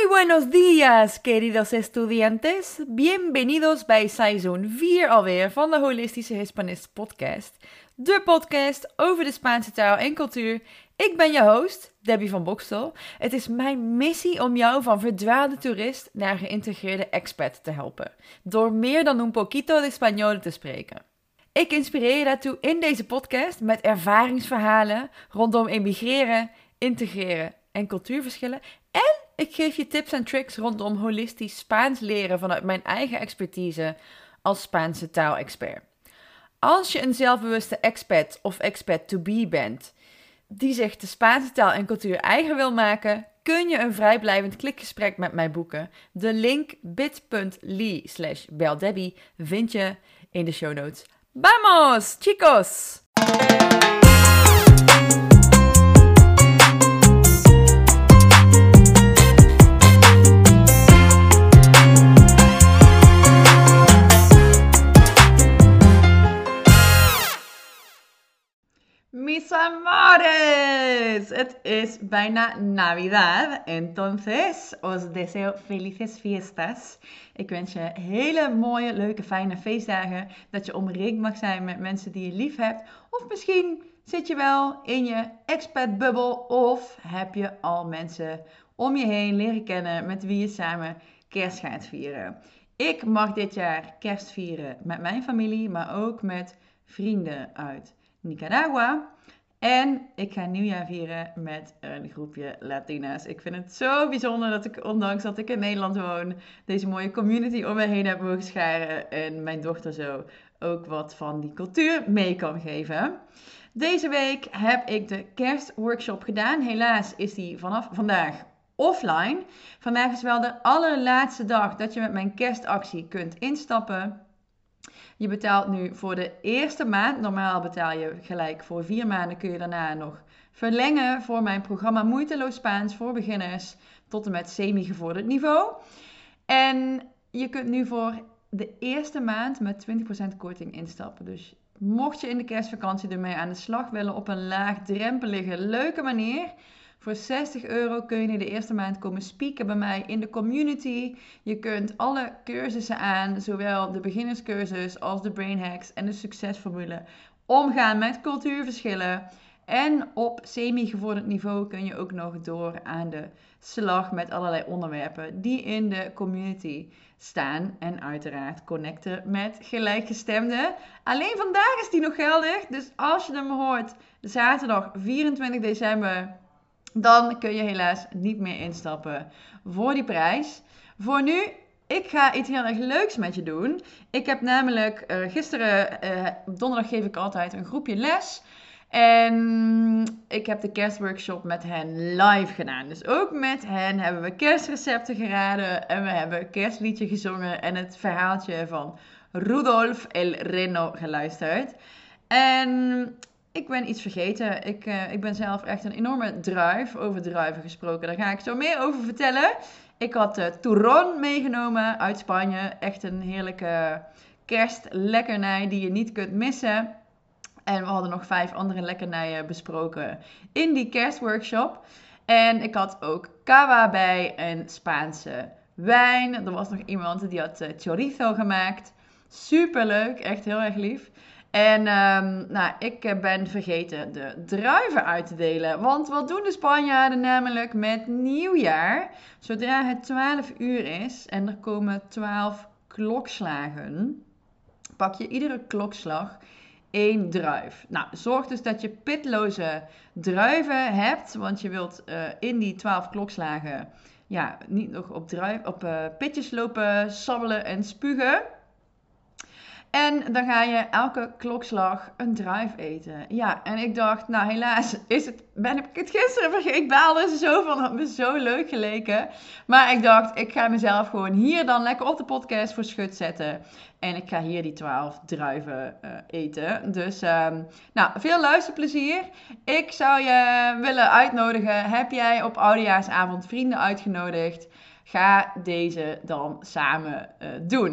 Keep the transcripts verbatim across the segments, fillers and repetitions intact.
Muy buenos días, queridos estudiantes. Bienvenidos bij seizoen vier alweer van de Holistische Hispanist podcast. De podcast over de Spaanse taal en cultuur. Ik ben je host, Debbie van Bokstel. Het is mijn missie om jou van verdwaalde toerist naar geïntegreerde expat te helpen. Door meer dan un poquito de español te spreken. Ik inspireer je daartoe in deze podcast met ervaringsverhalen rondom emigreren, integreren en cultuurverschillen. En ik geef je tips en tricks rondom holistisch Spaans leren vanuit mijn eigen expertise als Spaanse taalexpert. Als je een zelfbewuste expat of expat-to-be bent die zich de Spaanse taal en cultuur eigen wil maken, kun je een vrijblijvend klikgesprek met mij boeken. De link bit.ly slash beldebbie vind je in de show notes. Vamos, chicos! Mis amores, het is bijna Navidad, entonces os deseo felices fiestas. Ik wens je hele mooie, leuke, fijne feestdagen, dat je omringd mag zijn met mensen die je lief hebt. Of misschien zit je wel in je expat-bubbel of heb je al mensen om je heen leren kennen met wie je samen kerst gaat vieren. Ik mag dit jaar kerst vieren met mijn familie, maar ook met vrienden uit Nicaragua. En ik ga nieuwjaar vieren met een groepje Latina's. Ik vind het zo bijzonder dat ik, ondanks dat ik in Nederland woon, deze mooie community om me heen heb mogen scharen. En mijn dochter zo ook wat van die cultuur mee kan geven. Deze week heb ik de kerstworkshop gedaan. Helaas is die vanaf vandaag offline. Vandaag is wel de allerlaatste dag dat je met mijn kerstactie kunt instappen. Je betaalt nu voor de eerste maand. Normaal betaal je gelijk voor vier maanden. Kun je daarna nog verlengen voor mijn programma Moeiteloos Spaans voor beginners tot en met semi-gevorderd niveau. En je kunt nu voor de eerste maand met twintig procent korting instappen. Dus mocht je in de kerstvakantie ermee aan de slag willen op een laagdrempelige, leuke manier, voor zestig euro kun je nu de eerste maand komen spieken bij mij in de community. Je kunt alle cursussen aan, zowel de beginnerscursus als de brain hacks en de succesformule, omgaan met cultuurverschillen. En op semi-gevorderd niveau kun je ook nog door aan de slag met allerlei onderwerpen die in de community staan. En uiteraard connecten met gelijkgestemden. Alleen vandaag is die nog geldig, dus als je hem hoort zaterdag vierentwintig december... dan kun je helaas niet meer instappen voor die prijs. Voor nu, ik ga iets heel erg leuks met je doen. Ik heb namelijk uh, gisteren, uh, op donderdag geef ik altijd een groepje les. En ik heb de kerstworkshop met hen live gedaan. Dus ook met hen hebben we kerstrecepten geraden. En we hebben een kerstliedje gezongen en het verhaaltje van Rudolf el Reno geluisterd. En ik ben iets vergeten. Ik, uh, ik ben zelf echt een enorme druif. Over druiven gesproken. Daar ga ik zo meer over vertellen. Ik had uh, turrón meegenomen uit Spanje. Echt een heerlijke kerstlekkernij die je niet kunt missen. En we hadden nog vijf andere lekkernijen besproken in die kerstworkshop. En ik had ook cava bij, een Spaanse wijn. Er was nog iemand die had uh, chorizo gemaakt. Superleuk, echt heel erg lief. En um, nou, ik ben vergeten de druiven uit te delen. Want wat doen de Spanjaarden namelijk met nieuwjaar? Zodra het twaalf uur is en er komen twaalf klokslagen, pak je iedere klokslag één druif. Nou, zorg dus dat je pitloze druiven hebt. Want je wilt uh, in die twaalf klokslagen ja, niet nog op, druif, op uh, pitjes lopen sabbelen en spugen. En dan ga je elke klokslag een druif eten. Ja, en ik dacht, nou helaas is het, ben ik het gisteren vergeten. Ik baalde er zo van, het had me zo leuk geleken. Maar ik dacht, ik ga mezelf gewoon hier dan lekker op de podcast voor schut zetten. En ik ga hier die twaalf druiven uh, eten. Dus, um, nou, veel luisterplezier. Ik zou je willen uitnodigen. Heb jij op Oudejaarsavond vrienden uitgenodigd? Ga deze dan samen uh, doen.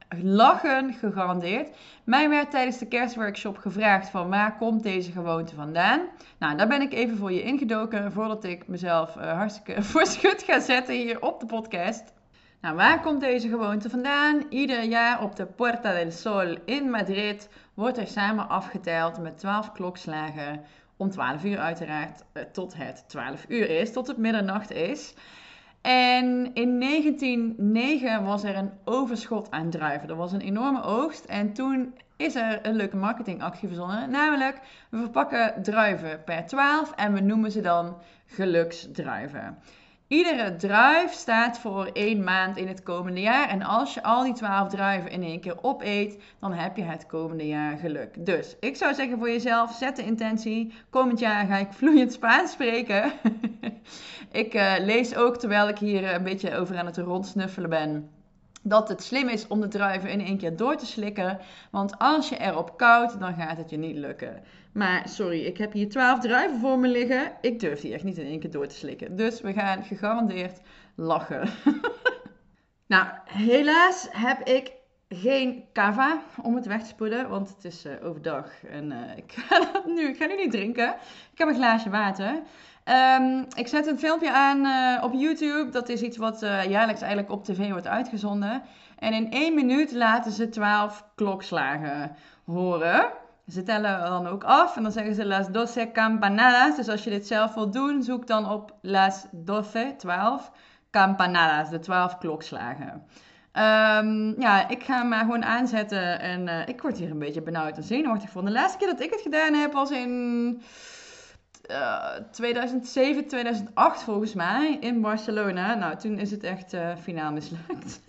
lachen, gegarandeerd. Mij werd tijdens de kerstworkshop gevraagd van waar komt deze gewoonte vandaan? Nou, daar ben ik even voor je ingedoken voordat ik mezelf uh, hartstikke voor schut ga zetten hier op de podcast. Nou, waar komt deze gewoonte vandaan? Ieder jaar op de Puerta del Sol in Madrid wordt er samen afgeteld met twaalf klokslagen. Om twaalf uur uiteraard, tot het twaalf uur is, tot het middernacht is. En in negentien nul negen was er een overschot aan druiven. Er was een enorme oogst en toen is er een leuke marketingactie verzonnen. Namelijk, we verpakken druiven per twaalf en we noemen ze dan geluksdruiven. Iedere druif staat voor één maand in het komende jaar. En als je al die twaalf druiven in één keer opeet, dan heb je het komende jaar geluk. Dus ik zou zeggen voor jezelf, zet de intentie. Komend jaar ga ik vloeiend Spaans spreken. ik uh, lees ook, terwijl ik hier een beetje over aan het rondsnuffelen ben, dat het slim is om de druiven in één keer door te slikken. Want als je erop koudt, dan gaat het je niet lukken. Maar sorry, ik heb hier twaalf druiven voor me liggen. Ik durf die echt niet in één keer door te slikken. Dus we gaan gegarandeerd lachen. Nou, helaas heb ik geen cava om het weg te spoeden. Want het is uh, overdag en uh, ik, ga dat nu, ik ga nu niet drinken. Ik heb een glaasje water. Um, ik zet een filmpje aan uh, op YouTube. Dat is iets wat uh, jaarlijks eigenlijk op tv wordt uitgezonden. En in één minuut laten ze twaalf klokslagen horen. Ze tellen dan ook af en dan zeggen ze las doce campanadas. Dus als je dit zelf wilt doen, zoek dan op las doce, twaalf, campanadas, de twaalf klokslagen. Um, ja, ik ga hem maar gewoon aanzetten en uh, ik word hier een beetje benauwd en zenuwachtig van. De laatste keer dat ik het gedaan heb was in uh, tweeduizend zeven, tweeduizend acht volgens mij in Barcelona. Nou, toen is het echt uh, finaal mislukt.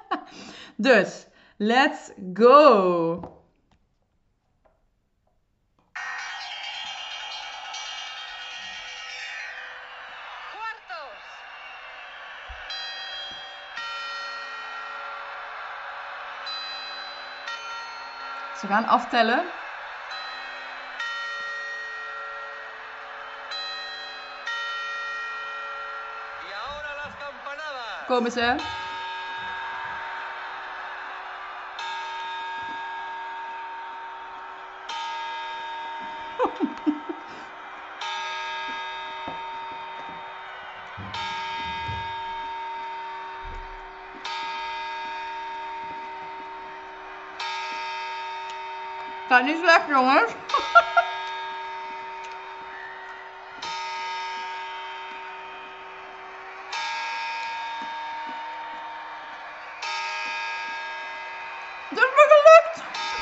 Dus, let's go! Ze gaan aftellen. Komen ze. Gaat niet slecht, jongens. Het is me gelukt.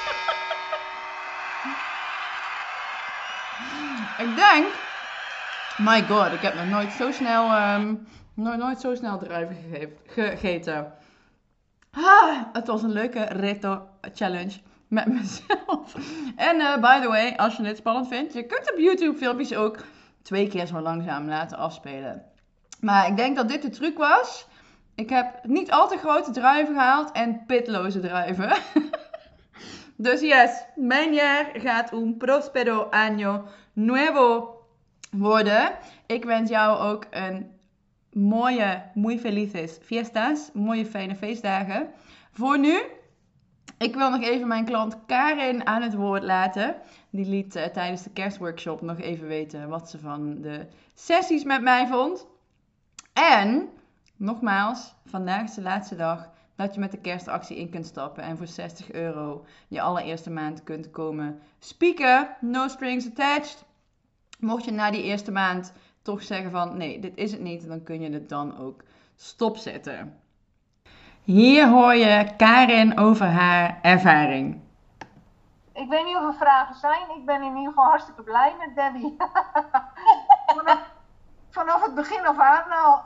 Ik denk, my god, ik heb nog nooit zo snel, um, nooit, nooit zo snel druiven gegeven, gegeten. Ah, het was een leuke reto challenge met mezelf. En uh, by the way, als je dit spannend vindt, je kunt op YouTube filmpjes ook twee keer zo langzaam laten afspelen. Maar ik denk dat dit de truc was. Ik heb niet al te grote druiven gehaald en pitloze druiven. Dus yes, mijn jaar gaat un prospero año nuevo worden. Ik wens jou ook een mooie, muy felices fiestas, mooie fijne feestdagen. Voor nu, ik wil nog even mijn klant Karin aan het woord laten. Die liet uh, tijdens de kerstworkshop nog even weten wat ze van de sessies met mij vond. En, nogmaals, vandaag is de laatste dag dat je met de kerstactie in kunt stappen en voor zestig euro je allereerste maand kunt komen spieken. No strings attached. Mocht je na die eerste maand toch zeggen van nee, dit is het niet, dan kun je het dan ook stopzetten. Hier hoor je Karin over haar ervaring. Ik weet niet of er vragen zijn. Ik ben in ieder geval hartstikke blij met Debbie. vanaf, vanaf het begin af aan al.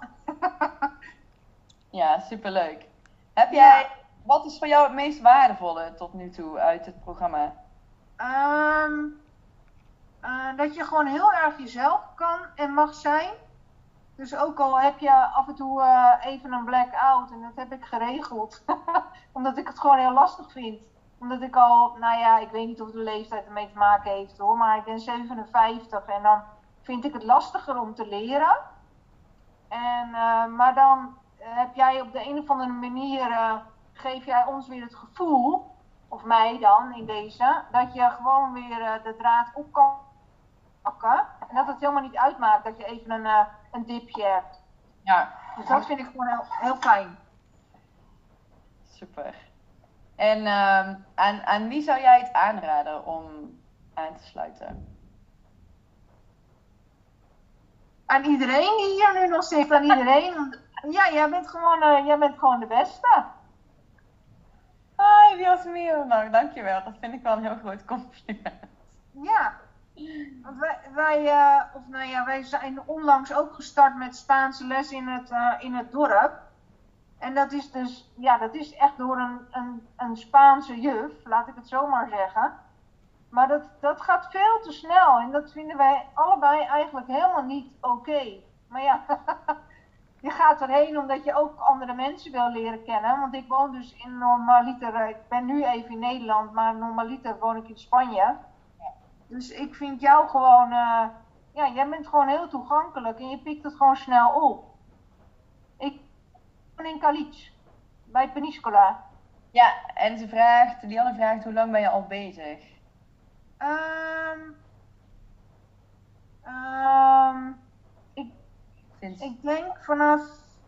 Ja, superleuk. Heb jij, ja. Wat is voor jou het meest waardevolle tot nu toe uit het programma? Um, uh, dat je gewoon heel erg jezelf kan en mag zijn. Dus ook al heb je af en toe uh, even een blackout, en dat heb ik geregeld. Omdat ik het gewoon heel lastig vind. Omdat ik al, nou ja, ik weet niet of de leeftijd ermee te maken heeft hoor, maar ik ben zevenenvijftig en dan vind ik het lastiger om te leren. En, uh, maar dan heb jij op de een of andere manier, uh, geef jij ons weer het gevoel, of mij dan in deze, dat je gewoon weer uh, de draad op kan pakken. En dat het helemaal niet uitmaakt dat je even een, uh, een dipje hebt. Ja. Dus dat vind ik gewoon heel, heel fijn. Super. En uh, aan, aan wie zou jij het aanraden om aan te sluiten? Aan iedereen die hier nu nog zit, aan iedereen. Ja, jij bent gewoon, uh, jij bent gewoon de beste. Hi, Dios mío. Nou, dankjewel. Dat vind ik wel een heel groot compliment. Ja. Want wij, wij, uh, of nou ja, wij zijn onlangs ook gestart met Spaanse les in het, uh, in het dorp. En dat is dus, ja, dat is echt door een, een, een Spaanse juf, laat ik het zo maar zeggen. Maar dat, dat gaat veel te snel en dat vinden wij allebei eigenlijk helemaal niet oké. Okay. Maar ja, je gaat erheen omdat je ook andere mensen wil leren kennen. Want ik woon dus in normaliter, ik ben nu even in Nederland, maar normaliter woon ik in Spanje. Dus ik vind jou gewoon, uh, ja, jij bent gewoon heel toegankelijk en je pikt het gewoon snel op. Ik ben in Caliç, bij Peníscola. Ja, en ze vraagt, Lianne vraagt, hoe lang ben je al bezig? Um, um, ik, Sinds... ik denk vanaf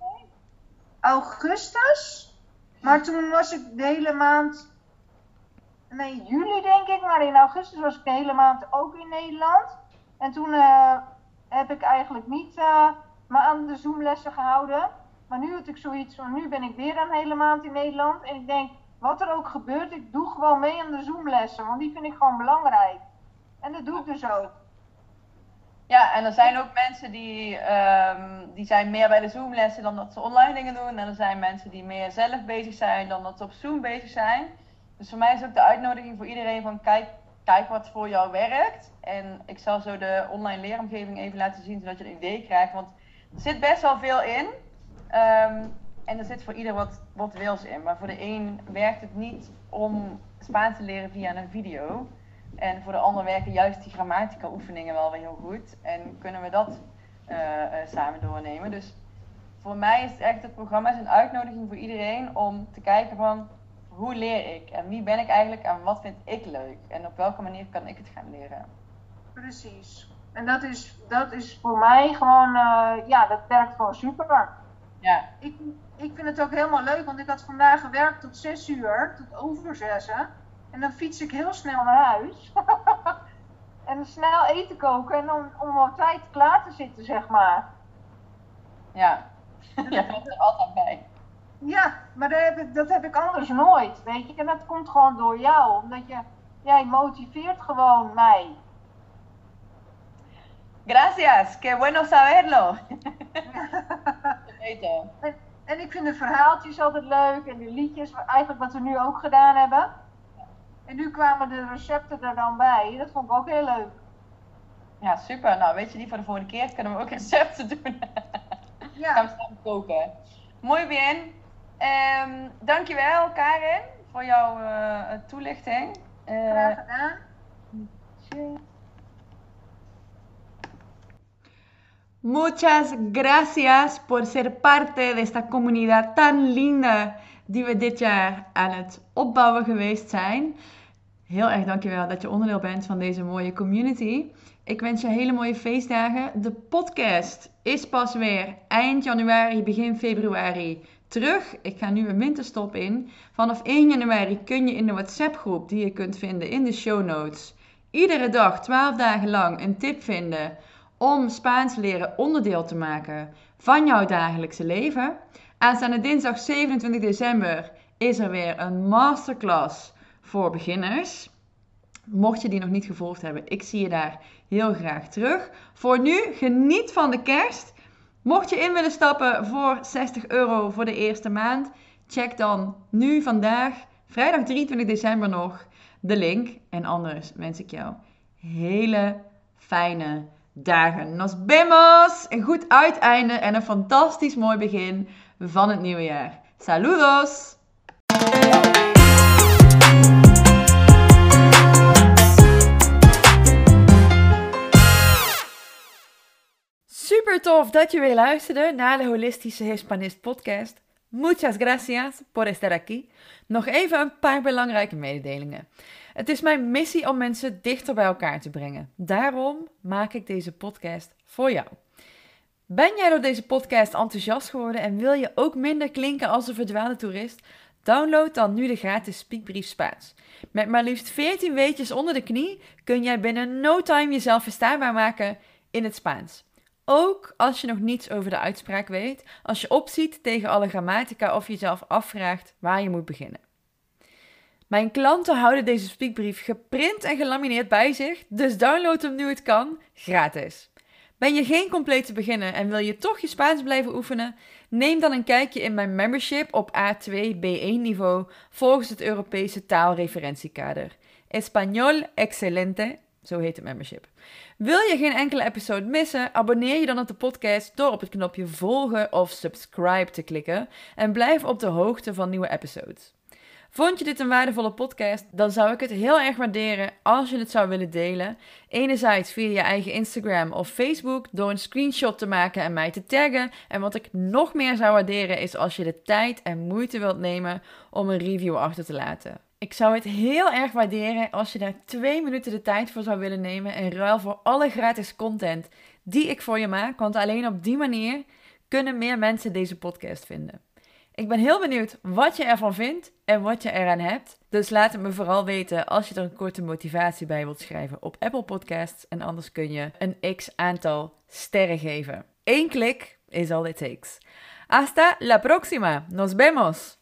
augustus, maar toen was ik de hele maand... Nee, juli denk ik, maar in augustus was ik de hele maand ook in Nederland. En toen uh, heb ik eigenlijk niet uh, me aan de Zoomlessen gehouden. Maar nu had ik zoiets van, nu ben ik weer een hele maand in Nederland. En ik denk, wat er ook gebeurt, ik doe gewoon mee aan de Zoomlessen. Want die vind ik gewoon belangrijk. En dat doe ik dus ook. Ja, en er zijn ook mensen die, um, die zijn meer bij de Zoomlessen dan dat ze online dingen doen. En er zijn mensen die meer zelf bezig zijn dan dat ze op Zoom bezig zijn. Dus voor mij is ook de uitnodiging voor iedereen van kijk, kijk wat voor jou werkt. En ik zal zo de online leeromgeving even laten zien, zodat je een idee krijgt. Want er zit best wel veel in. Um, en er zit voor ieder wat, wat wils in. Maar voor de een werkt het niet om Spaans te leren via een video. En voor de ander werken juist die grammatica oefeningen wel weer heel goed. En kunnen we dat uh, uh, samen doornemen. Dus voor mij is het echt, het programma is een uitnodiging voor iedereen om te kijken van... Hoe leer ik? En wie ben ik eigenlijk? En wat vind ik leuk? En op welke manier kan ik het gaan leren? Precies. En dat is, dat is voor mij gewoon, uh, ja, dat werkt gewoon super. Ja. Ik, ik vind het ook helemaal leuk, want ik had vandaag gewerkt tot zes uur, tot over zessen. En dan fiets ik heel snel naar huis. En snel eten koken en om, om op tijd klaar te zitten, zeg maar. Ja, je bent er altijd bij. Ja, maar dat heb, ik, dat heb ik anders nooit, weet je. En dat komt gewoon door jou, omdat je, jij motiveert gewoon mij. Gracias, qué bueno saberlo. en, en ik vind de verhaaltjes altijd leuk en de liedjes, eigenlijk wat we nu ook gedaan hebben. En nu kwamen de recepten er dan bij, dat vond ik ook heel leuk. Ja, super. Nou, weet je, die voor de volgende keer kunnen we ook recepten doen. Ja. Gaan we samen koken. Muy bien. Um, dankjewel Karin voor jouw uh, toelichting. Uh, Graag gedaan. Muchas gracias por ser parte de esta comunidad tan linda die we dit jaar aan het opbouwen geweest zijn. Heel erg dankjewel dat je onderdeel bent van deze mooie community. Ik wens je hele mooie feestdagen. De podcast is pas weer eind januari, begin februari terug. Ik ga nu een winterstop in. Vanaf één januari kun je in de WhatsApp groep die je kunt vinden in de show notes iedere dag, twaalf dagen lang, een tip vinden om Spaans leren onderdeel te maken van jouw dagelijkse leven. Aanstaande dinsdag zevenentwintig december is er weer een masterclass voor beginners. Mocht je die nog niet gevolgd hebben, ik zie je daar heel graag terug. Voor nu, geniet van de kerst. Mocht je in willen stappen voor zestig euro voor de eerste maand, check dan nu vandaag, vrijdag drieëntwintig december nog, de link. En anders wens ik jou hele fijne dagen. Nos vemos! Een goed uiteinde en een fantastisch mooi begin van het nieuwe jaar. Saludos! Super tof dat je weer luisterde naar de Holistische Hispanist podcast. Muchas gracias por estar aquí. Nog even een paar belangrijke mededelingen. Het is mijn missie om mensen dichter bij elkaar te brengen. Daarom maak ik deze podcast voor jou. Ben jij door deze podcast enthousiast geworden en wil je ook minder klinken als een verdwaalde toerist? Download dan nu de gratis Speakbrief Spaans. Met maar liefst veertien weetjes onder de knie kun jij binnen no time jezelf verstaanbaar maken in het Spaans. Ook als je nog niets over de uitspraak weet, als je opziet tegen alle grammatica of jezelf afvraagt waar je moet beginnen. Mijn klanten houden deze speakbrief geprint en gelamineerd bij zich, dus download hem nu het kan, gratis. Ben je geen complete beginner en wil je toch je Spaans blijven oefenen? Neem dan een kijkje in mijn membership op A twee B één niveau volgens het Europese taalreferentiekader. Español Excelente, zo heet het membership. Wil je geen enkele episode missen? Abonneer je dan op de podcast door op het knopje volgen of subscribe te klikken en blijf op de hoogte van nieuwe episodes. Vond je dit een waardevolle podcast? Dan zou ik het heel erg waarderen als je het zou willen delen. Enerzijds via je eigen Instagram of Facebook door een screenshot te maken en mij te taggen. En wat ik nog meer zou waarderen is als je de tijd en moeite wilt nemen om een review achter te laten. Ik zou het heel erg waarderen als je daar twee minuten de tijd voor zou willen nemen in ruil voor alle gratis content die ik voor je maak. Want alleen op die manier kunnen meer mensen deze podcast vinden. Ik ben heel benieuwd wat je ervan vindt en wat je eraan hebt. Dus laat het me vooral weten als je er een korte motivatie bij wilt schrijven op Apple Podcasts. En anders kun je een x aantal sterren geven. Eén klik is all it takes. Hasta la próxima. Nos vemos.